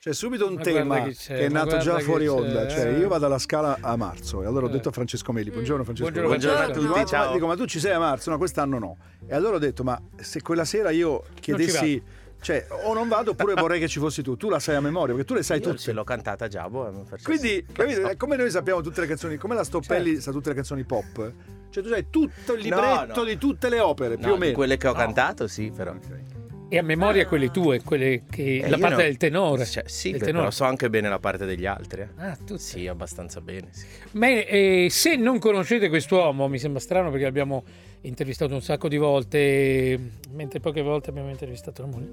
C'è subito un Ma tema guarda che è nato già fuori onda. Cioè, c'è. io vado alla Scala a marzo e allora ho detto a Francesco Meli, buongiorno Francesco. Buongiorno a tutti, Dico, ciao. dico, ma tu ci sei a marzo? No, quest'anno no. E allora ho detto, ma se quella sera io chiedessi, cioè, o non vado oppure vorrei che ci fossi tu la sai a memoria, perché tu le sai Io tutte. se l'ho cantata già, Quindi, capito? È come noi sappiamo tutte le canzoni, come la Stoppelli sa tutte le canzoni pop. Cioè, tu sai tutto il libretto no. di tutte le opere, più o meno. quelle che ho No. cantato, sì, però. Ok. E a memoria quelle tue, quelle che la io parte no. del tenore. Cioè, sì, del però tenore. so anche bene la parte degli altri. Ah, tutte. Sì, abbastanza bene. Sì. Bene, se non conoscete quest'uomo, mi sembra strano perché l'abbiamo intervistato un sacco di volte, mentre poche volte abbiamo intervistato la moglie.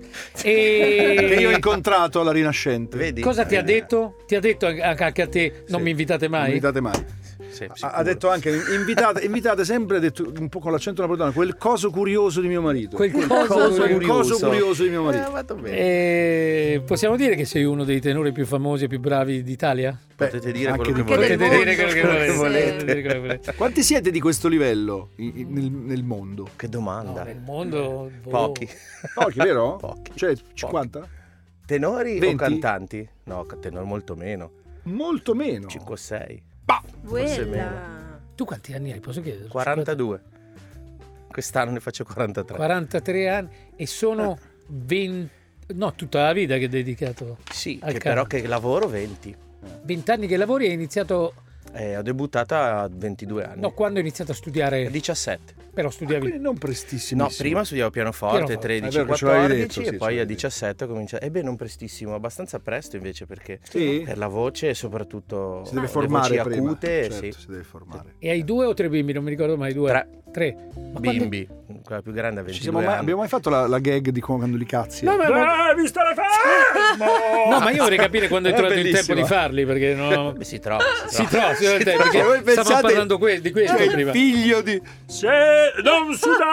Che io ho E incontrato alla Rinascente. Vedi? cosa ti ha detto? Ti ha detto anche a te, non Sì. mi invitate Non mai? mi invitate mai. Sì, Ha sicuro. detto anche invitate sempre, ha detto un po' con l'accento napoletano, quel coso curioso di mio marito. Quel Quel coso coso curioso di mio marito. Fatto bene. Possiamo dire che sei uno dei tenori più famosi e più bravi d'Italia? Potete dire anche quello che di- volete. Potete dire quello che mondo, volete. sì. Dire quello che volete. Quanti siete di questo livello nel mondo? Che No, domanda. nel mondo Pochi. Pochi, vero? Pochi. Cioè 50? Tenori o 20? cantanti? No, tenori molto meno. Molto meno. 5 o 6. Quella. meno. Tu quanti anni hai? Posso chiedere? 42. Quest'anno ne faccio 43. 43 anni e sono 20, no, tutta la vita che hai dedicato. Sì, al che canto. però che lavoro 20. 20 anni che lavori e hai iniziato, Ho debuttato a 22 anni. no, quando hai iniziato a studiare, 17. però studiavi. Quindi non prestissimo. No, prima studiavo pianoforte, Pianoforte. 13, È vero che ce l'avevi 14 detto, e sì, poi ce a l'avevi 17 ho cominciato. Non prestissimo, abbastanza presto invece perché Sì. per la voce e soprattutto Si deve le formare voci prima. acute, Certo, sì. si deve formare. E hai 2 o 3 bimbi? Non mi ricordo mai, 2. Tre. 3. Ma Bimbi, quella più grande a 22 anni. Abbiamo mai fatto la gag di quando li cazzi? No, Devi stare fermo! No, ma io vorrei capire quando hai È trovato il tempo bellissima. di farli, perché no. Beh, si trova. Si trova, perché Voi stavamo pensate- parlando di questo Cioè, il prima. figlio di... Se non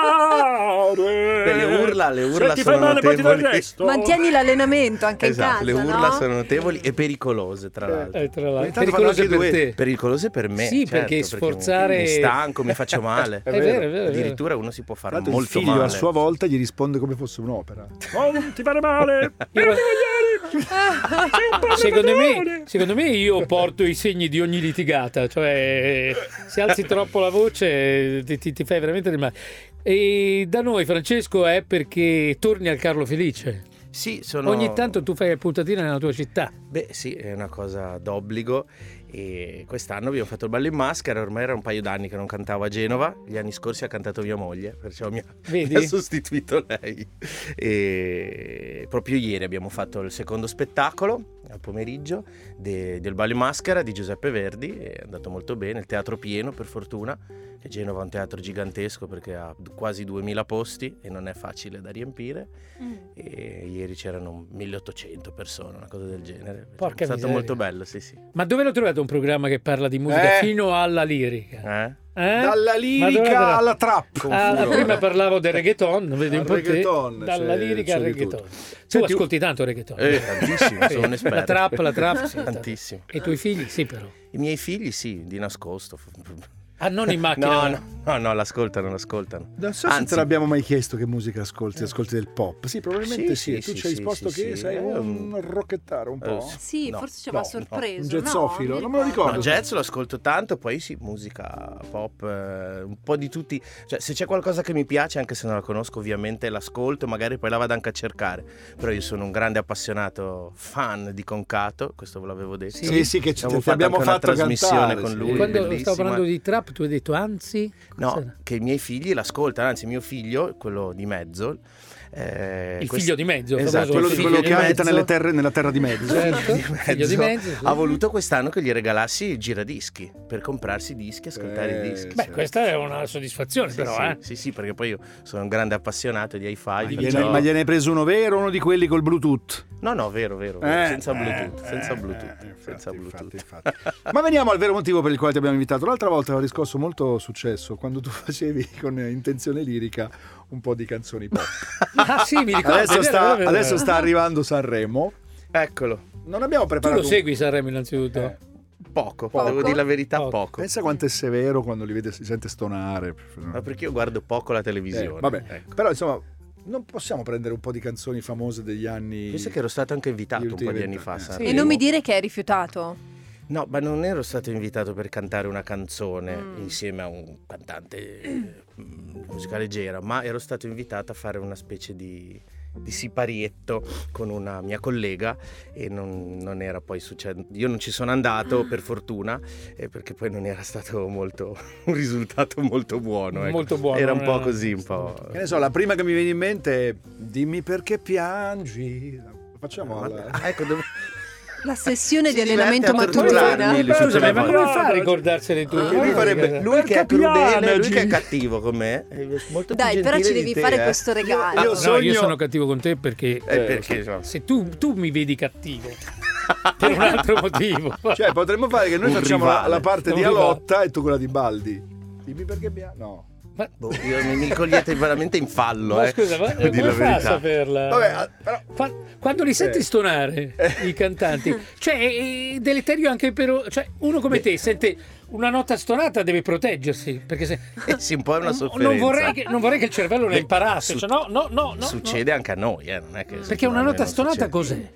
sudare! Beh, le urla Se ti sono fai male, poi ti dà il notevoli. gesto. Mantieni l'allenamento anche Esatto, in le casa, urla no? sono notevoli e pericolose, tra l'altro. Tra l'altro. Ogni tanto Pericolose fanno per anche te. Pericolose per me. Sì, certo, perché sforzare- mi stanco, mi faccio male. È vero, è vero. Addirittura uno si può fare Tra l'altro molto il figlio male. a sua volta gli risponde come fosse un'opera. Non ti fare male! Secondo me io porto i segni di ogni litigata, cioè se alzi troppo la voce ti fai veramente del male. E da noi, Francesco, è perché torni al Carlo Felice. Sì, sono... Ogni tanto tu fai le puntatine nella tua città. Beh sì, è una cosa d'obbligo e quest'anno abbiamo fatto il ballo in maschera, ormai era un paio d'anni che non cantavo a Genova, gli anni scorsi ha cantato mia moglie, perciò Vedi? mi ha sostituito lei. E proprio ieri abbiamo fatto il secondo spettacolo al pomeriggio del ballo in maschera di Giuseppe Verdi, è andato molto bene, il teatro pieno per fortuna, che Genova è un teatro gigantesco perché ha quasi 2000 posti e non è facile da riempire. E ieri c'erano 1800 persone, una cosa del genere. Porca è stato miseria. molto bello, sì sì. Ma dove l'ho trovato un programma che parla di musica Eh. fino alla lirica? Eh? Dalla Ma dove lirica l'ho- alla trap. prima parlavo del reggaeton, vedi Al un po' te, reggaeton, dalla c'è- lirica al c'è di reggaeton. tutto. Tu Senti, ascolti tanto reggaeton? Tantissimo, sono un esperto. La trap, sì, Tantissimo. E i tuoi figli? Sì, però. I miei figli sì, di nascosto. Ah, non in macchina. No, l'ascoltano. Non so se Anzi- te l'abbiamo mai chiesto che musica ascolti del pop. Sì, probabilmente Sì, sì. sì, Tu sì, ci hai sì, risposto sì, che sì. sei un rocchettaro un po'. Sì, No, forse ci aveva no, sorpreso. un jazzofilo, no? non me lo ricordo. No, jazz lo ascolto tanto, poi sì, musica pop, un po' di tutti. Cioè, se c'è qualcosa che mi piace, anche se non la conosco, ovviamente l'ascolto, magari poi la vado anche a cercare. Però io sono un grande appassionato fan di Concato, questo ve l'avevo detto. Sì, che Avevo ti abbiamo anche una fatto trasmissione cantare, con sì. lui. Quando bellissima. stavo parlando di trap, tu hai detto anzi. No, Cos'era? che i miei figli l'ascoltano, anzi mio figlio, quello di mezzo. Il figlio di mezzo, Esatto, famoso il figlio Quello di che abita mezzo. nella terra di mezzo. Certo, Di figlio di mezzo, sì. ha voluto quest'anno che gli regalassi il giradischi per comprarsi i dischi, ascoltare i dischi. Beh, questa è una soddisfazione, Sì, però, sì, sì, perché poi io sono un grande appassionato di hi-fi. Ma gliene hai preso uno vero o uno di quelli col Bluetooth? No, vero, senza Bluetooth, senza Infatti, Bluetooth. infatti. Ma veniamo al vero motivo per il quale ti abbiamo invitato. L'altra volta aveva riscosso molto successo quando tu facevi con intenzione lirica un po' di canzoni pop. Ah, sì, mi ricordo. Adesso, è vero, è vero. adesso sta arrivando Sanremo. Eccolo, Non abbiamo Tu preparato. lo segui Sanremo innanzitutto? poco, Poco? devo dire la verità, Poco. poco. Pensa quanto è severo quando li vede, si sente stonare. Ma perché io guardo poco la televisione. Vabbè, ecco. però insomma, non possiamo prendere un po' di canzoni famose degli anni... Penso che ero stato anche invitato un po' di anni fa a Sanremo. E non mi dire che hai rifiutato. No, ma non ero stato invitato per cantare una canzone insieme a un cantante musica leggera, ma ero stato invitato a fare una specie di siparietto con una mia collega e non era poi successo. Io non ci sono andato per fortuna, perché poi non era stato un risultato molto buono. Ecco. Molto buono. Era un po' così, un po'. Che ne so, la prima che mi viene in mente è dimmi perché piangi. Facciamo Ecco dove... La sessione Si di allenamento diverte a torturarmi mattutina. Scusami, ma come fa a Guarda, ricordarsene tu? Lui che è crudele, lui che è cattivo con me, è molto più Dai, però ci gentile devi di te, fare questo regalo. Io No, sogno- io sono cattivo con te perché, perché no. se tu mi vedi cattivo per un altro motivo. Cioè, potremmo fare che noi Un facciamo rivale. la parte di Un rivale. Alotta e tu quella di Baldi. Dimmi perché no. Ma, Mi cogliete veramente in fallo, ma scusa, ma devo dire come la fa a verità. saperla? Vabbè, però... Quando li senti stonare i cantanti, cioè è deleterio anche per, cioè uno come te sente una nota stonata, deve proteggersi perché se Sì, un po' è una sofferenza. non vorrei che il cervello ne imparasse, cioè, no, Succede anche a noi, non è che perché una nota non stonata succede. cos'è?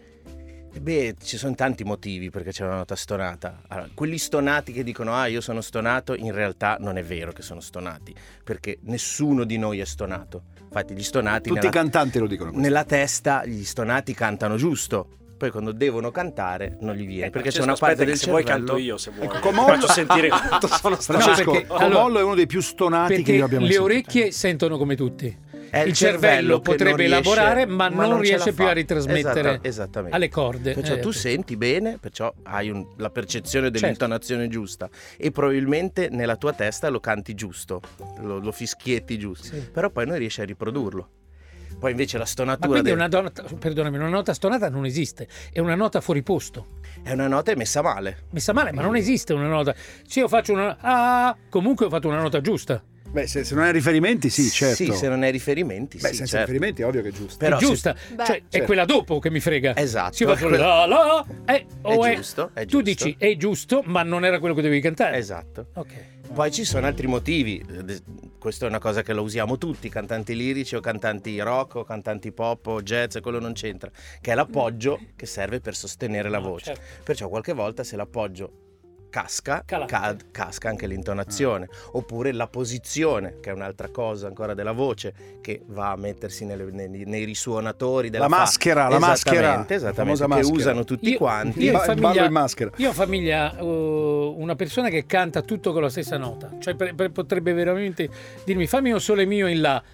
Beh, ci sono tanti motivi perché c'è una nota stonata. Allora, quelli stonati che dicono io sono stonato, in realtà non è vero che sono stonati, perché nessuno di noi è stonato. Infatti gli stonati Tutti i cantanti lo dicono così. nella testa, gli stonati cantano giusto. Poi quando devono cantare non gli viene, perché c'è una Francesco, parte aspetta del che se vuoi cervello. canto io, se vuoi. Comollo- Faccio sentire quanto sono stato. Francesco, perché- Comollo è uno dei più stonati che Perché io abbia mai le sentito. orecchie sentono come tutti. È Il cervello che potrebbe non riesce- elaborare, ma non ce riesce la più fa. a ritrasmettere Esattamente. alle corde. Perciò tu senti bene, perciò hai la percezione Certo. dell'intonazione giusta e probabilmente nella tua testa lo canti giusto, lo fischietti giusto, Sì. però poi non riesci a riprodurlo. Poi invece la Ma stonatura quindi perdonami, una nota stonata non esiste, è una nota fuori posto. è una nota messa male. Messa male, ma non esiste una nota. Se io faccio una comunque ho fatto una nota giusta. Beh, se non hai riferimenti, sì, certo. Sì, se non hai riferimenti, Beh, sì, senza certo. riferimenti è ovvio che è giusto. Però è se- giusta, Beh, cioè è certo. quella dopo che mi frega. Esatto. Se io faccio la, o È giusto, è tu giusto. dici è giusto, ma non era quello che dovevi cantare. Esatto. Ok. Poi ci sono altri motivi, questa è una cosa che lo usiamo tutti, cantanti lirici o cantanti rock o cantanti pop o jazz, quello non c'entra, che è l'appoggio che serve per sostenere la voce. certo. Perciò qualche volta se l'appoggio casca, Calante. casca anche l'intonazione, oppure la posizione, che è un'altra cosa ancora della voce, che va a mettersi nei risuonatori della La maschera, la maschera, Esattamente, la famosa che maschera. usano tutti Io- quanti. io- Il ballo in maschera. Io ho famiglia una persona che canta tutto con la stessa nota, cioè potrebbe veramente dirmi fammi un sole mio in la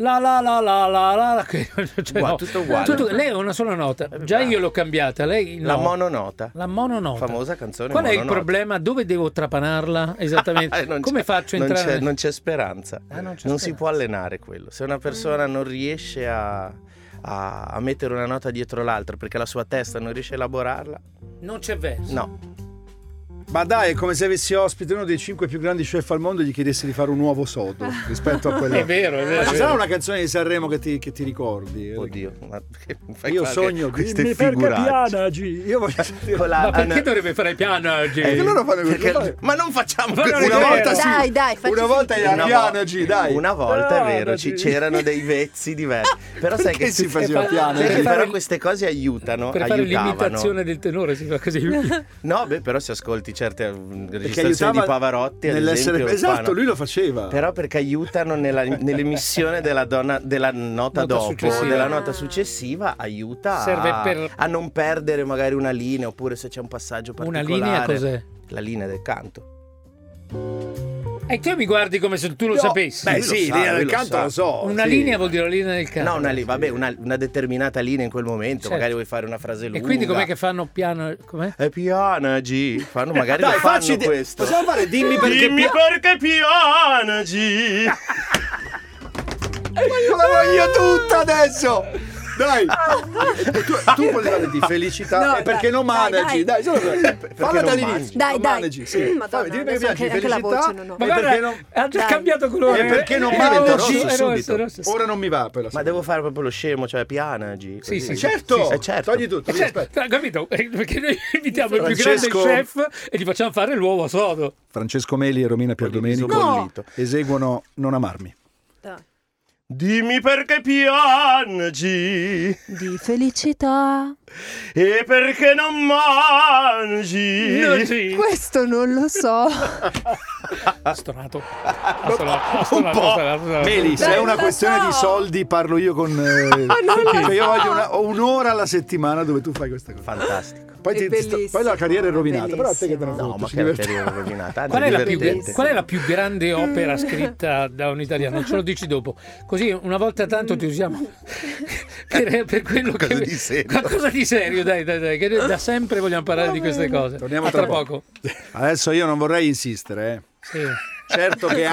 che- cioè, no. Tutto uguale. Lei ha una sola nota, già io l'ho cambiata, lei no. La mononota. La mononota. Famosa canzone Qual è il mononota. problema? Dove devo trapanarla esattamente? Non Come c'è- faccio a non entrare? c'è, non c'è speranza. Ah, non c'è Non si speranza. può allenare quello. Se una persona non riesce a mettere una nota dietro l'altra perché la sua testa non riesce a elaborarla, Non c'è verso. no. Ma dai, è come se avessi ospite uno dei 5 più grandi chef al mondo e gli chiedessi di fare un uovo sodo rispetto a quello. È vero, è vero. Ma è ci vero. sarà una canzone di Sanremo che ti ricordi? Oddio, ma perché mi fai Io fare sogno queste dimmi perché figuracce? pianagi. Io voglio sentire. Con la- Ma perché dovrebbe fare pianagi? Perché loro fanno Perché- così. ma non facciamo Ma non così. è Una vero. volta sì. Dai, facci Una volta sentire. era pianagi, dai. Una volta è vero, Pianagi. c'erano dei vezzi diversi. Però sai Perché che si faceva fa- piano? perché Perché fare- però queste cose aiutano, Per fare aiutavano. l'imitazione del tenore si fa così. No, beh, però se ascolti certe Perché registrazioni di aiutava Pavarotti ad nell'essere esempio, esatto, fanno- lui lo faceva. Però perché aiutano nell'emissione della nota Nota dopo, successiva. della nota successiva, aiuta Serve per- a non perdere magari una linea, oppure se c'è un passaggio Una particolare. linea cos'è? La linea del canto. E tu mi guardi come se tu lo No, sapessi. Beh, Lui lo sì, sa, linea lui del lo canto sa. lo so. Una sì. linea vuol dire la linea del canto. No, vabbè, una determinata linea in quel momento, Certo. magari vuoi fare una frase lunga. E quindi com'è che fanno piano? Com'è? È pianagi. Fanno magari Dai, lo fanno facci questo. possiamo fare dimmi perché perché pianagi. Io la voglio tutta adesso. Dai. Tu puoi fare di felicità No, e perché dai, non managi. Dai, solo falla non dall'inizio. mangi? Dai, Non dai. managi, sì. Madonna, Fammi, dimmi perché adesso piangi anche la felicità. voce non ho. Ma E guarda, perché non ha già Dai. cambiato colore. E perché non Era diventa rosso, rosso era subito? rosso. Ora non mi va per la Ma devo fare proprio lo scemo, cioè pianagi. Sì, così. sì, Certo, certo. togli tutto. Cioè, capito? Perché noi invitiamo il più grande Francesco- chef e gli facciamo fare l'uovo sodo. Francesco Meli e Romina Pierdomenico Bollito. eseguono Non amarmi. Dai. Dimmi perché piangi Di felicità. e perché non mangi. No, sì. Questo non lo so. Ha stonato. Un po'. Meli, se Dai, è una lo questione so. di soldi parlo io con... cioè io voglio ho un'ora alla settimana dove tu fai questa cosa. Fantastico. Poi, È bellissimo, poi la carriera è rovinata, però a te che te ne bellissimo. No, fotte, ma si che diverte. carriera rovinata. Anzi, Qual è la più grande opera scritta da un italiano? Ce lo dici dopo. Così una volta tanto ti usiamo per quello Qualcosa che... di serio. Qualcosa di serio, dai, che noi da sempre vogliamo parlare di queste cose. Torniamo A tra tra poco. Adesso io non vorrei insistere, eh. Sì. Certo che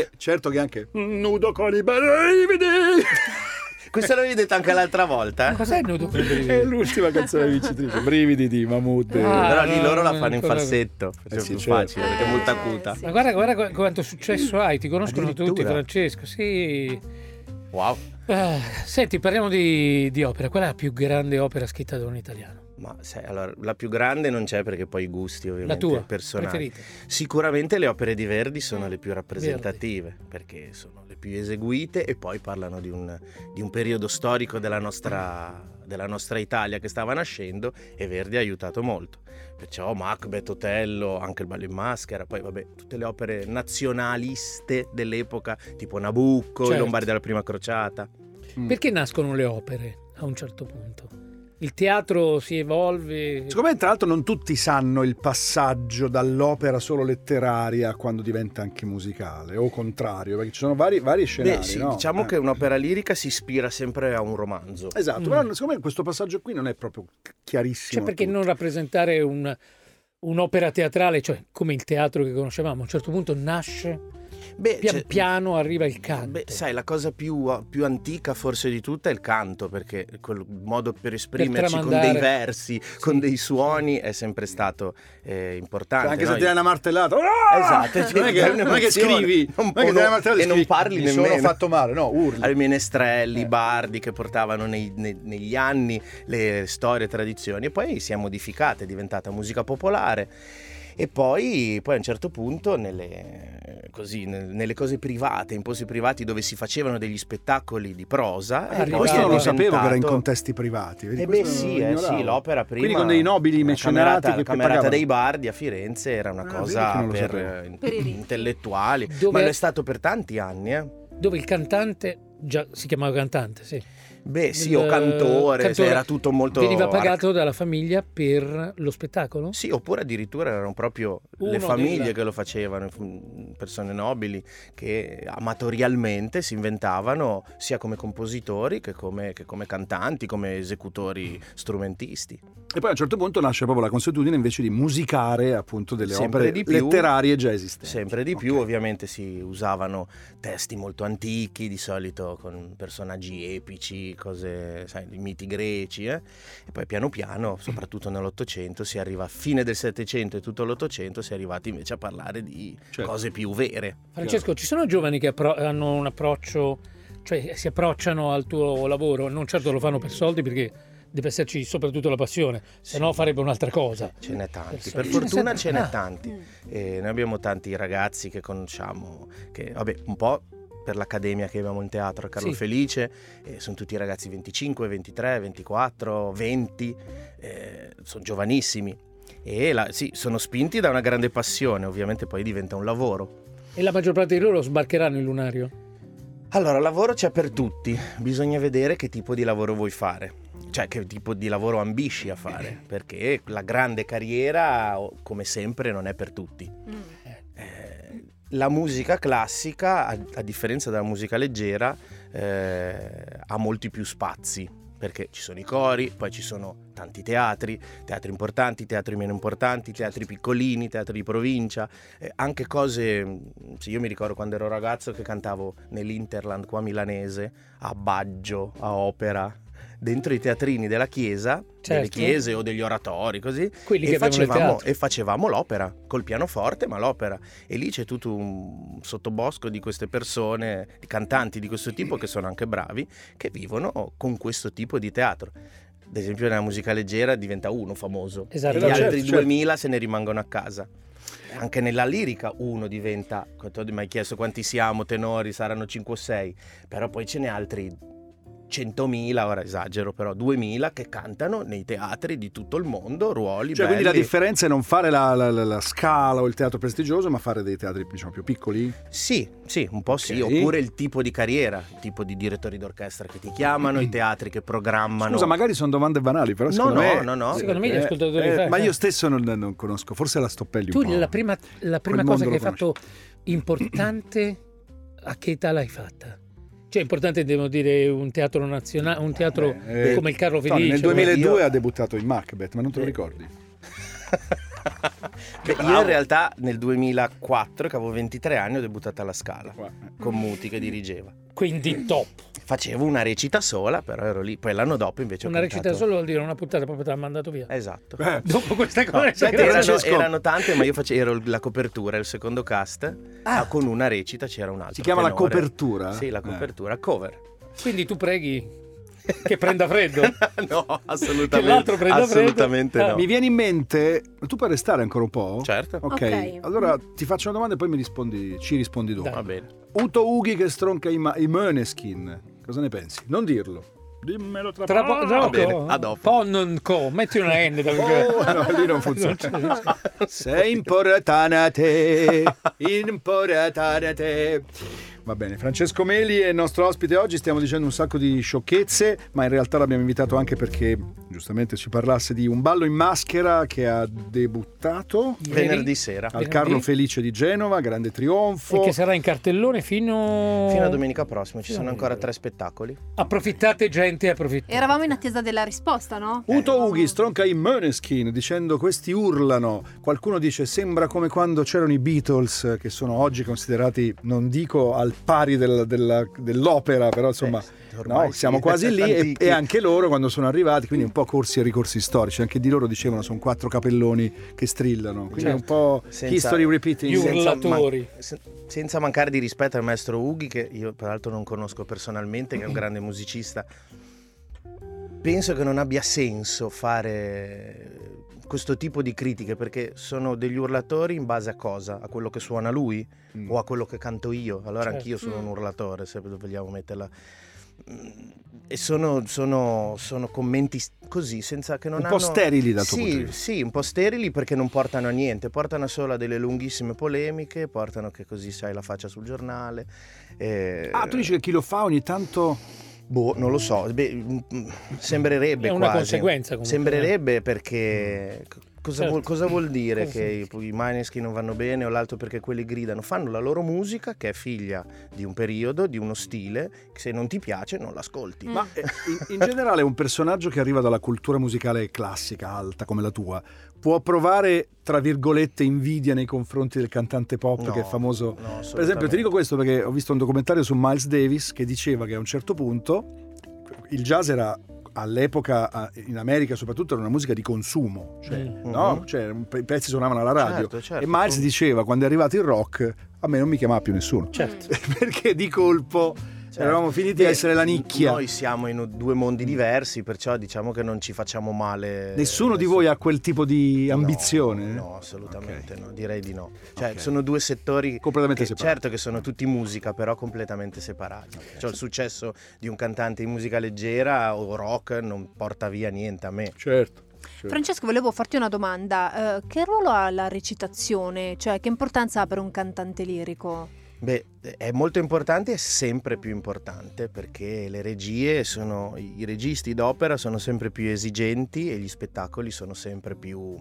anche nudo con i brividi. Questo l'avevi detto anche l'altra volta. Cos'è il nudo con i brividi? È l'ultima canzone vincitrice, Brividi di Mahmood. Però lì no, loro la no, fanno in ancora- falsetto. È sì, più certo. facile perché è molto acuta. sì. Ma guarda quanto successo hai, ti conoscono tutti, Addirittura. Francesco. Sì. Wow. Senti, parliamo di opera. Qual è la più grande opera scritta da un italiano? Ma sai, allora, la più grande non c'è perché poi i gusti La ovviamente tua personali. preferita? Sicuramente le opere di Verdi sono le più rappresentative perché sono le più eseguite e poi parlano di un periodo storico della nostra Italia che stava nascendo e Verdi ha aiutato molto. Perciò Macbeth, Otello, anche il Ballo in Maschera, poi vabbè, tutte le opere nazionaliste dell'epoca, tipo Nabucco, Certo. i Lombardi della Prima Crociata. Perché nascono le opere a un certo punto? Il teatro si evolve. Secondo me, tra l'altro, non tutti sanno il passaggio dall'opera solo letteraria a quando diventa anche musicale, o contrario, perché ci sono vari scenari. Beh sì, no? diciamo che un'opera lirica si ispira sempre a un romanzo. Esatto, però secondo me questo passaggio qui non è proprio chiarissimo. Cioè, perché a tutti. non rappresentare un'opera teatrale, cioè come il teatro che conoscevamo, a un certo punto nasce, Beh, pian piano arriva il canto. Beh, sai, la cosa più antica forse di tutta è il canto, perché quel modo per esprimerci con tramandare. dei versi, con dei suoni è sempre stato importante. Anche no? se ti dai una martellata, Esatto, non è che scrivi, non è che ti dai una martellata e non scrivi, parli mi nemmeno. sono fatto male, no, urli. Ai menestrelli, i bardi che portavano negli anni le storie e tradizioni, e poi si è modificata, è diventata musica popolare. E poi a un certo punto nelle cose private, in posti privati dove si facevano degli spettacoli di prosa, Arrivava- Questo non lo sapevo che era in diventato- contesti privati. vedi, beh questo sì, lo ignoravo. sì, l'opera prima. Quindi con dei nobili mecenati la che Camerata pagavano. dei Bardi a Firenze era una vedi cosa che non lo per sapevo. Per i ricchi. intellettuali, Dove- ma lo è stato per tanti anni, Dove il cantante, già si chiamava cantante, sì. Beh sì, Il o cantore, se era tutto molto... Veniva pagato dalla famiglia per lo spettacolo? Sì, oppure addirittura erano proprio Uno le famiglie della- che lo facevano, persone nobili che amatorialmente si inventavano sia come compositori che come cantanti, come esecutori strumentisti. E poi a un certo punto nasce proprio la consuetudine invece di musicare appunto delle Sempre opere di più. letterarie già esistenti. Sempre di più, Ok. ovviamente si usavano testi molto antichi, di solito con personaggi epici, cose, sai, i miti greci, e poi piano piano, soprattutto nell'Ottocento, si arriva a fine del Settecento e tutto l'Ottocento, si è arrivati invece a parlare di Certo. cose più vere. Francesco, ci sono giovani che hanno un approccio, cioè si approcciano al tuo lavoro, non certo lo fanno per soldi perché deve esserci soprattutto la passione, se no farebbe un'altra cosa. Ce n'è tanti, Persone. per Ce ne fortuna sono- ce n'è ah. tanti. E noi abbiamo tanti ragazzi che conosciamo, che vabbè, un po' per l'accademia che abbiamo in teatro a Carlo Sì. Felice, sono tutti ragazzi 25, 23, 24, 20, sono giovanissimi e sì, sono spinti da una grande passione, ovviamente poi diventa un lavoro. E la maggior parte di loro sbarcheranno in lunario? Allora, lavoro c'è per tutti, bisogna vedere che tipo di lavoro vuoi fare, cioè che tipo di lavoro ambisci a fare, perché la grande carriera, come sempre, non è per tutti. La musica classica, a differenza della musica leggera, ha molti più spazi, perché ci sono i cori, poi ci sono tanti teatri importanti, teatri meno importanti, teatri piccolini, teatri di provincia, anche cose, sì, io mi ricordo quando ero ragazzo che cantavo nell'Interland qua milanese, a Baggio, a Opera, dentro i teatrini della chiesa, delle Certo. chiese o degli oratori, così, Quelli che avevano il teatro. e facevamo l'opera col pianoforte, ma l'opera, e lì c'è tutto un sottobosco di queste persone, di cantanti di questo tipo che sono anche bravi, che vivono con questo tipo di teatro. ad esempio nella musica leggera diventa uno famoso, Esatto. e gli Certo, altri certo. 2000 se ne rimangono a casa. Anche nella lirica uno diventa, tu mi hai chiesto quanti siamo, tenori, saranno 5 o 6, però poi ce n'è altri 100.000, ora esagero, però 2.000 che cantano nei teatri di tutto il mondo, ruoli Cioè, belli. quindi la differenza è non fare la Scala o il teatro prestigioso, ma fare dei teatri, diciamo, più piccoli? Sì, un po' sì, Ok. oppure il tipo di carriera, il tipo di direttori d'orchestra che ti chiamano, i teatri che programmano. Scusa, magari sono domande banali, però No, secondo me... no. Secondo me gli ascoltatori fanno. Ma io stesso non conosco, forse la Stoppelli Tu un po'. la prima Quel cosa mondo che lo hai fatto importante, a che età l'hai fatta? Cioè, importante, devo dire, un teatro nazionale, un teatro come il Carlo Tony, Felice. nel 2002 io- ha debuttato in Macbeth, ma non te lo ricordi? Io in realtà nel 2004, che avevo 23 anni, ho debuttato alla Scala con Muti che dirigeva. Quindi top. Facevo una recita sola, però ero lì. Poi l'anno dopo invece ho Una recita cantato... solo vuol dire una puntata proprio te l'ha mandato via. Esatto. Dopo questa cosa. senti, Erano, Francesco- tante, ma io ero la copertura, il secondo cast. Con una recita c'era un altro. Si chiama la tenore. copertura? Sì, la copertura, cover. Quindi tu preghi che prenda freddo. No, assolutamente. Che l'altro prenda freddo. Assolutamente no. Mi viene in mente, tu puoi restare ancora un po'? Certo. Ok, Ok. allora ti faccio una domanda e poi ci rispondi dopo. Dai. Va bene. Uto Ughi che stronca i Måneskin, cosa ne pensi? Non dirlo. Dimmelo tra Tra poco. va bene, a dopo. Ponnonco, metti una N da Oh, no, lì non funziona. Sei importante te, importante te. Va bene, Francesco Meli è il nostro ospite oggi, stiamo dicendo un sacco di sciocchezze, ma in realtà l'abbiamo invitato anche perché giustamente ci parlasse di un ballo in maschera che ha debuttato Venerdì sera. al Carlo Felice di Genova, grande trionfo. E che sarà in cartellone fino Fino a domenica prossima ci sono ancora 3 spettacoli. Approfittate, gente, approfittate. Eravamo in attesa della risposta, no? Uto Ughi stronca i Måneskin dicendo questi urlano, qualcuno dice sembra come quando c'erano i Beatles che sono oggi considerati, non dico al pari dell'opera, però insomma ormai no, sì, siamo quasi lì antichi. e anche loro quando sono arrivati, quindi un po' corsi e ricorsi storici, anche di loro dicevano sono 4 capelloni che strillano, quindi è un po' Senza- history repeating. Gli urlatori. Senza mancare di rispetto al maestro Ughi, che io peraltro non conosco personalmente, che è un grande musicista. Penso che non abbia senso fare questo tipo di critiche, perché sono degli urlatori in base a cosa? A quello che suona lui o a quello che canto io? Allora Certo. anch'io sono un urlatore, se vogliamo metterla. E sono commenti così, senza che non Un hanno... po' sterili dal tuo punto di vista. Sì, un po' sterili perché non portano a niente, portano solo a delle lunghissime polemiche, portano che così sai la faccia sul giornale. Tu dici che chi lo fa ogni tanto... Boh, non lo so, sembrerebbe È una quasi. conseguenza comunque. Sembrerebbe perché... Certo. Cosa vuol dire che i Måneskin non vanno bene o l'altro perché quelli gridano? Fanno la loro musica che è figlia di un periodo, di uno stile, che se non ti piace non l'ascolti. Ma in generale un personaggio che arriva dalla cultura musicale classica, alta come la tua, può provare, tra virgolette, invidia nei confronti del cantante pop No, che è famoso? no, Per esempio, ti dico questo perché ho visto un documentario su Miles Davis che diceva che a un certo punto il jazz era... all'epoca in America soprattutto era una musica di consumo, cioè, no? Cioè, i pezzi suonavano alla radio. Certo. E Miles diceva quando è arrivato il rock a me non mi chiamava più nessuno, Certo. perché di colpo eravamo finiti a essere la nicchia. Noi siamo in 2 mondi diversi, perciò diciamo che non ci facciamo male. Nessuno di voi ha quel tipo di ambizione? No, assolutamente Ok. no, direi di no. Cioè, Ok. sono 2 settori Completamente che, separati. certo che sono tutti musica, però completamente separati. Cioè, il successo di un cantante in musica leggera o rock non porta via niente a me. Certo. Francesco, volevo farti una domanda. Che ruolo ha la recitazione? Cioè, che importanza ha per un cantante lirico? Beh, è molto importante e sempre più importante perché le regie i registi d'opera sono sempre più esigenti e gli spettacoli sono sempre più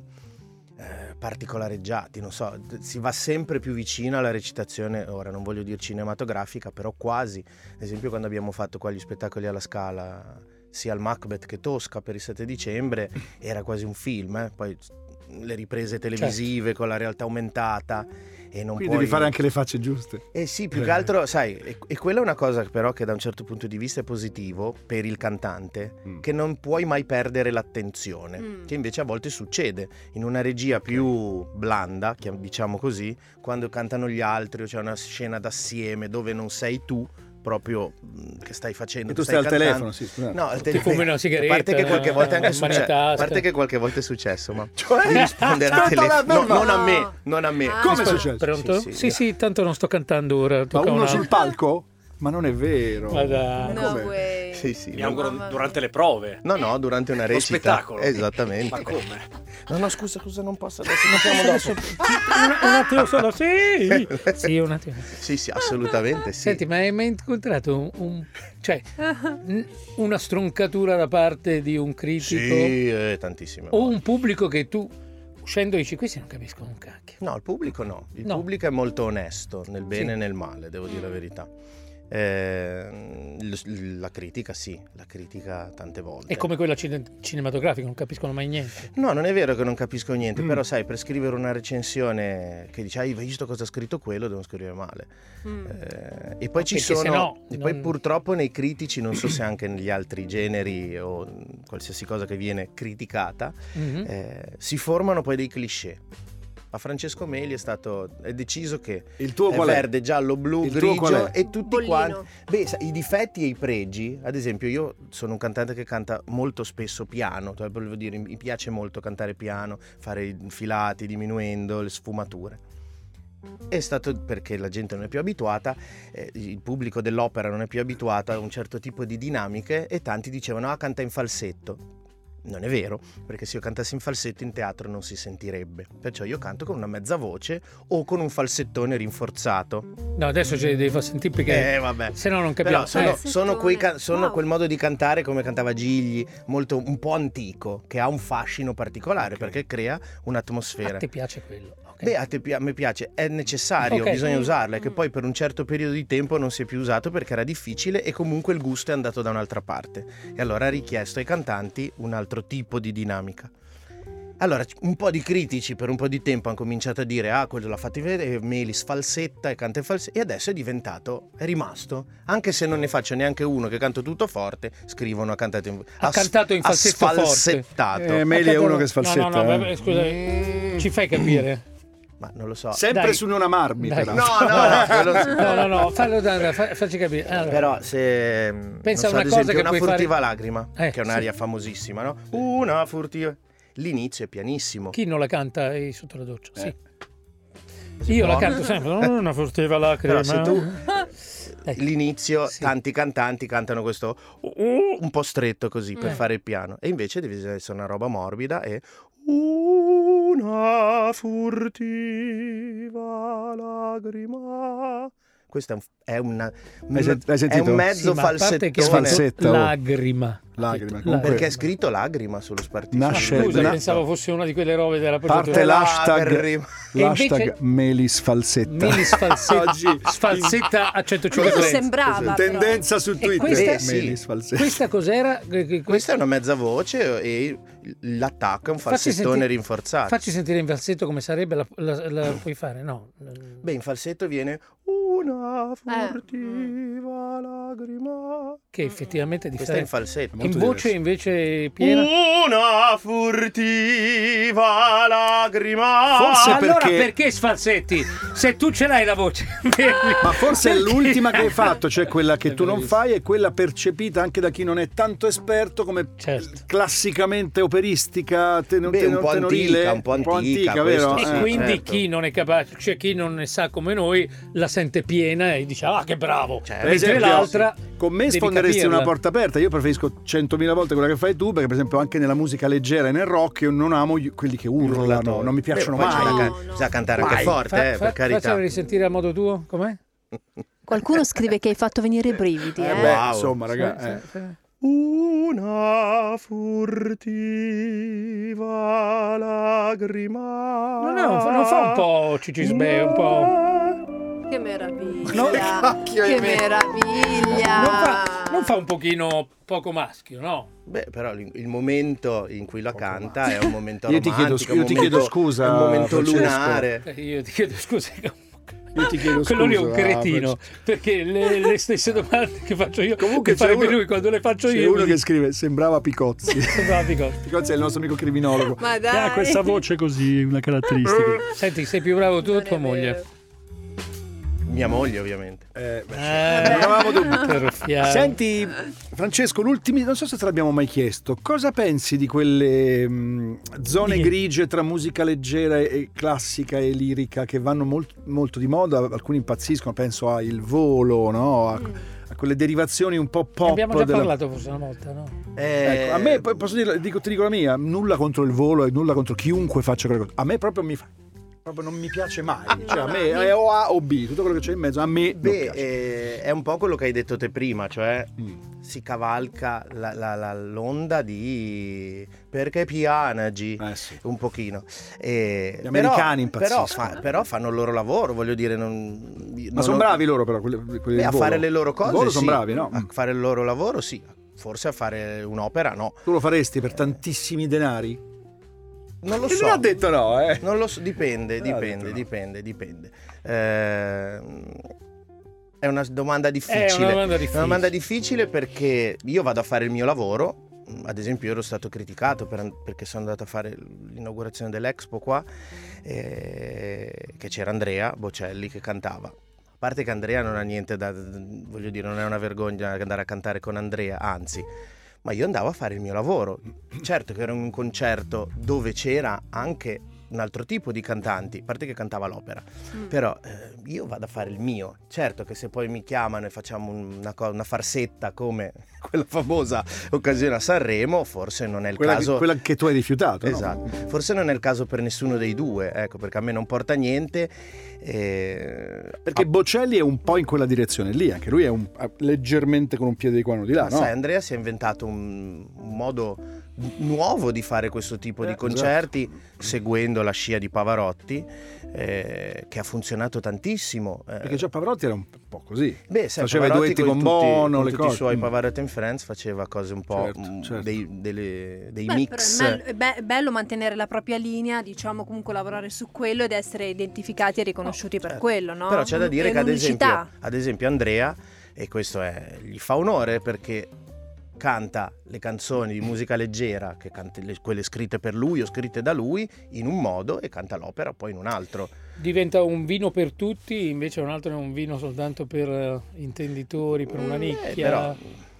particolareggiati, non so, si va sempre più vicino alla recitazione, ora non voglio dire cinematografica, però quasi. Ad esempio quando abbiamo fatto qua gli spettacoli alla Scala, sia al Macbeth che Tosca per il 7 dicembre, era quasi un film, poi le riprese televisive con la realtà aumentata e non Quindi devi fare anche le facce giuste. sì, più che altro, sai, e quella è una cosa però che da un certo punto di vista è positivo per il cantante, che non puoi mai perdere l'attenzione, che invece a volte succede in una regia più blanda, diciamo così, quando cantano gli altri o c'è una scena d'assieme dove non sei tu proprio che stai facendo. E tu stai stai al cantando. telefono, sì, scusate. No, al Ti fumi una sigaretta, a parte che qualche volta è anche mani in successo. A tasca. parte che qualche volta è successo, ma Cioè? di rispondere al Aspetta, telefono. no, Non a me, non a me. Come è successo? Pronto? Sì. Sì, tanto non sto cantando ora. Ma tocca uno una- sul palco? Ma non è vero. Ma dai. No Com'è? way. Sì. Mi auguro durante le prove. No, durante una Lo recita. spettacolo. Esattamente. Ma come? No, scusa, non posso adesso. Facciamo dopo. Un attimo solo, sì. Sì, un attimo. Sì, assolutamente sì. Senti, ma hai mai incontrato una stroncatura da parte di un critico Sì, tantissime o volte. un pubblico che tu uscendo dici questi non capiscono un cacchio? No, il pubblico no. Il No. pubblico è molto onesto, nel bene Sì. e nel male, devo dire la verità. La critica sì, la critica tante volte. È come quella cinematografica, non capiscono mai niente. No, non è vero che non capisco niente, però sai, per scrivere una recensione che dice hai visto cosa ha scritto quello, devo scrivere male. E poi ci Perché sono sennò e poi non- purtroppo nei critici, non so se anche negli altri generi o qualsiasi cosa che viene criticata, Mhm. si formano poi dei cliché. Ma Francesco Meli è deciso che Il tuo è qual è? verde, giallo, blu, Il tuo qual grigio è? e tutti Bollino. quanti. Beh, i difetti e i pregi, ad esempio, io sono un cantante che canta molto spesso piano, cioè, volevo dire, mi piace molto cantare piano, fare i filati diminuendo le sfumature. È stato perché la gente non è più abituata, il pubblico dell'opera non è più abituato a un certo tipo di dinamiche e tanti dicevano canta in falsetto. Non è vero, perché se io cantassi in falsetto in teatro non si sentirebbe. Perciò io canto con una mezza voce o con un falsettone rinforzato. No, adesso ce li devi far sentire perché Vabbè. se no non capiamo. Però sono Wow. quel modo di cantare come cantava Gigli, molto un po' antico, che ha un fascino particolare perché crea un'atmosfera. A te piace quello. ok. Beh, a me piace, è necessario, Ok. bisogna usarla, è che poi per un certo periodo di tempo non si è più usato perché era difficile e comunque il gusto è andato da un'altra parte. E allora ha richiesto ai cantanti un altro tipo di dinamica. Allora, un po' di critici per un po' di tempo hanno cominciato a dire quello l'ha fatto vedere, Meli sfalsetta e canta in falsetto, e adesso è rimasto. Anche se non ne faccio neanche uno che canto tutto forte, scrivono ha cantato in falsetto forte. sfalsettato. Meli è uno che sfalsetta. No, vabbè, scusa, ci fai capire? Ma non lo so. Sempre Dai. su una marmita. Dai. No, fallo facci capire. Allora, Però se Pensa non a una ad cosa esempio, che una puoi furtiva fare- lacrima, che è un'aria famosissima, no? Una furtiva. L'inizio è pianissimo. chi non la canta sotto la doccia? Sì. Io la canto sempre, una furtiva lacrima. Però se tu Dai. l'inizio, Sì. tanti cantanti cantano questo un po' stretto così per fare il piano, e invece deve essere una roba morbida e una furtiva lacrima. Questo è L'hai sentito? è un mezzo Sì, ma a parte che ho falsettone. Falsetto. detto lacrima. Lacrima. La- Perché è scritto lagrima sullo spartito. Nasce- Scusa, la- pensavo fosse una di quelle robe della Parte procedura. l'hashtag E invece- Meli sfalsetta. Mini sfalsetta, Oggi sfalsetta a Quello 150 sembrava. però. tendenza su Twitter. questa- Meli sì. sfalsetta. Questa cos'era? Questa è una mezza voce e l'attacco è un Facci falsettone sentire- rinforzato. Facci sentire in falsetto come sarebbe, la puoi fare? No. Beh, in falsetto viene una furtiva lacrima. Che effettivamente è Questa è in differente. falsetto. In molto voce invece piena. Una furtiva lacrima. Forse Allora perché- perché sfalsetti? Se tu ce l'hai la voce. Ma forse è Perché? l'ultima che hai fatto, cioè quella che È tu non bravissimo. fai, è quella percepita anche da chi non è tanto esperto come Certo. classicamente operistica, Beh, un po' tenorile, antica, un po' antica, vero? questo E sì. quindi certo. chi non è capace, cioè chi non ne sa come noi, la sente piena e dice che bravo. Certo. Per Mentre esempio, l'altra con me devi sfonderesti capirla. una porta aperta. Io preferisco 100.000 volte quella che fai tu, perché per esempio anche nella musica leggera e nel rock io non amo quelli che urlano, non mi piacciono Beh, poi mai. No, no. bisogna cantare Mai. anche forte, per carità. Faccela risentire a modo tuo, com'è? Qualcuno scrive che hai fatto venire i brividi. Beh, Wow. insomma, ragazzi. Una furtiva lacrima. Non fa un po' cicisbè, un po'. Che meraviglia. No, che meraviglia. Non fa un pochino poco maschio, no? Beh, però il momento in cui la canta è un momento Io ti chiedo- romantico, io ti chiedo scusa, è un momento Francesco. lunare. Io ti chiedo scusa. Io ti chiedo Quello lì è un scusa, cretino, perché le stesse domande che faccio io, Comunque che farebbe c'è uno- lui quando le faccio C'è io. uno mi che dice, scrive sembrava Picozzi. "Sembrava Picotto". Picozzi è il nostro amico criminologo. Ma Che dai. ha questa voce così, una caratteristica. Senti, sei più bravo tu o Non tua è moglie? vero. Mia moglie, ovviamente. Non avevamo dubbi. Senti, Senti, Francesco, non so se te l'abbiamo mai chiesto, cosa pensi di quelle zone grigie tra musica leggera e classica e lirica che vanno molto di moda? Alcuni impazziscono, penso a Il Volo, no? A quelle derivazioni un po' pop. abbiamo già parlato forse una volta, no? Ecco, a me posso dire, ti dico la mia, nulla contro Il Volo e nulla contro chiunque faccia quelle cose. A me proprio non mi piace mai, cioè a me è o A o B, tutto quello che c'è in mezzo a me non piace. È un po' quello che hai detto te prima, cioè si cavalca l'onda di perché pianagi Sì. un pochino. Gli americani impazziscono. Però fanno il loro lavoro, voglio dire. Ma sono bravi loro però, quelli a fare le loro cose. Loro sì. sono bravi, no? A fare il loro lavoro, sì. Forse a fare un'opera, no. Tu lo faresti per tantissimi denari? Non lo so. Non ha detto no, Non lo so, dipende. È una domanda difficile. È una domanda difficile perché io vado a fare il mio lavoro. Ad esempio, io ero stato criticato perché sono andato a fare l'inaugurazione dell'Expo qua, che c'era Andrea Bocelli che cantava. A parte che Andrea non ha niente voglio dire, non è una vergogna andare a cantare con Andrea, anzi. Ma io andavo a fare il mio lavoro. Certo che era un concerto dove c'era anche un altro tipo di cantanti, a parte che cantava l'opera, però io vado a fare il mio. Certo che se poi mi chiamano e facciamo una farsetta come quella famosa occasione a Sanremo, forse non è il caso. Quella che tu hai rifiutato. Esatto, no? Forse non è il caso per nessuno dei due, ecco, perché a me non porta niente. Perché Bocelli è un po' in quella direzione lì, anche lui è leggermente con un piede di qua e di là, no? Sai, Andrea si è inventato un modo nuovo di fare questo tipo di concerti, seguendo la scia di Pavarotti, che ha funzionato tantissimo. Perché già Pavarotti era un po' così. Sai, faceva Pavarotti i duetti con Bono, le tutti cose. I suoi Pavarotti and Friends faceva cose un po' certo. dei mix. È bello mantenere la propria linea, diciamo, comunque lavorare su quello ed essere identificati e riconosciuti per quello, no? Però c'è da dire È che l'unicità. ad esempio Andrea, e questo gli fa onore perché canta le canzoni di musica leggera, che canta quelle scritte per lui o scritte da lui in un modo e canta l'opera poi in un altro. Diventa un vino per tutti, invece un altro è un vino soltanto per intenditori, per una nicchia. Però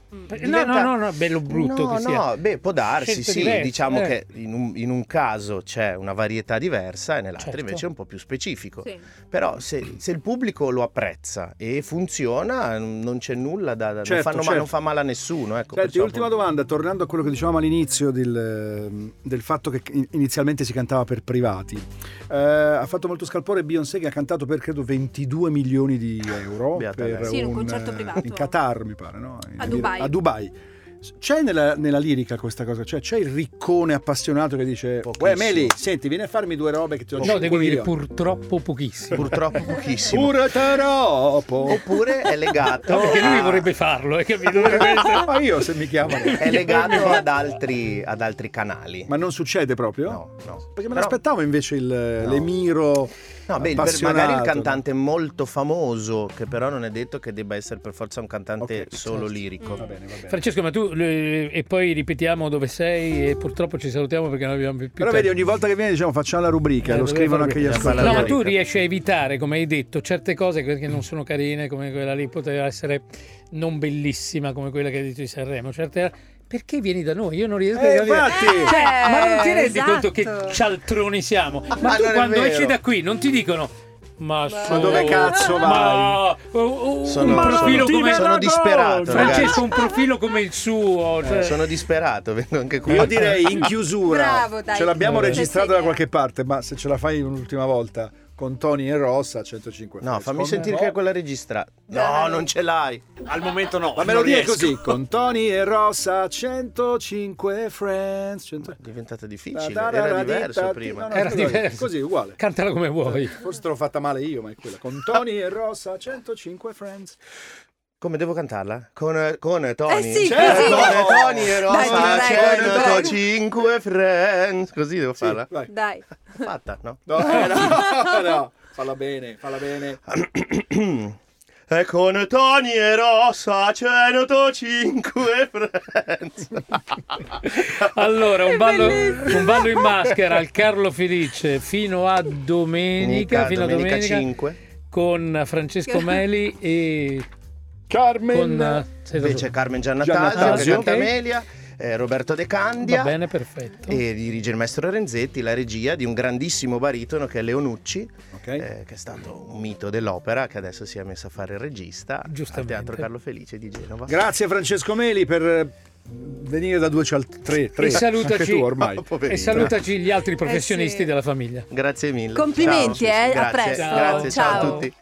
No, bello brutto che sia. Può darsi, Scelte sì, diverse, diciamo che in un caso c'è una varietà diversa e nell'altro Certo. invece è un po' più specifico. Sì. Però se il pubblico lo apprezza e funziona, non c'è nulla Certo, non fa male a nessuno. Ecco, Senti, ultima domanda, tornando a quello che dicevamo all'inizio del fatto che inizialmente si cantava per privati. Ha fatto molto scalpore Beyoncé, che ha cantato per credo 22 milioni di euro Beata per lei. Sì, in un concerto privato. in Qatar, mi pare, no? A Dubai. C'è nella lirica questa cosa, cioè c'è il riccone appassionato che dice Pochissimo. Meli, senti, vieni a farmi due robe che ti do No, 5 devi dire milioni. purtroppo pochissimo. Purtroppo pochissimo. Purtroppo. Oppure è legato No, perché lui vorrebbe farlo, capito? Dovrebbe essere- Ma io se mi chiamano. è legato ad altri canali. Ma non succede proprio? No. Perché me Però- l'aspettavo invece l'Emiro. No, magari il cantante molto famoso, che però non è detto che debba essere per forza un cantante Ok, solo certo. lirico. Va bene. Francesco, ma tu e poi ripetiamo dove sei e purtroppo ci salutiamo perché non abbiamo più Però tempo. vedi, ogni volta che viene diciamo facciamo la rubrica, lo dobbiamo scrivono fare anche gli la rubrica. ascoltatori. No, ma tu rubrica. riesci a evitare, come hai detto, certe cose che non sono carine, come quella lì poteva essere non bellissima, come quella che hai detto di Sanremo. Perché vieni da noi? Io non riesco a capire. Infatti. Cioè, ma non ti rendi esatto. conto che cialtroni siamo? Ma tu non è quando vero. esci da qui non ti dicono ma dove cazzo vai? Sono disperato, Francesco, ragazzi. un profilo come il suo, cioè- Sono disperato, vengo anche qui. Io direi in chiusura, Bravo, dai. ce l'abbiamo Sì, registrata sì. da qualche parte, ma se ce la fai un'ultima volta con Tony e Rossa 105 No, Friends. fammi Con- sentire che è quella registrata. No, Dai. non ce l'hai. Al momento no. La non melodia è riesco. così, con Tony e Rossa 105 Friends. È diventata difficile, era diverso prima. No, Era così, diverso. Così, uguale. Cantala come vuoi. Forse te l'ho fatta male io, ma è quella. Con Tony e Rossa 105 Friends. Come devo cantarla? Con Tony? sì, Certo. così. Con Tony e Dai, Rosa, prego, prego. 105 friends. Così devo farla? Vai. Dai. Fatta, no? No. Falla bene. E con Tony e Rosa 105 friends. Allora, È un ballo bellissimo. in maschera al Carlo Felice fino a domenica. Domenica 5. con Francesco Meli e Carmen Invece Carmen Giannattasio. Giannattasio, che canta Amelia, Roberto De Candia. Va bene, perfetto. E dirige il maestro Renzetti, la regia di un grandissimo baritono che è Leonucci, che è stato un mito dell'opera, che adesso si è messo a fare il regista al Giustamente. Teatro Carlo Felice di Genova. Grazie Francesco Meli per venire da 2 al 3. E salutaci, Anche tu ormai. e salutaci gli altri professionisti sì. della famiglia. Grazie mille. Complimenti, Ciao. a Grazie. presto. Grazie, ciao a tutti.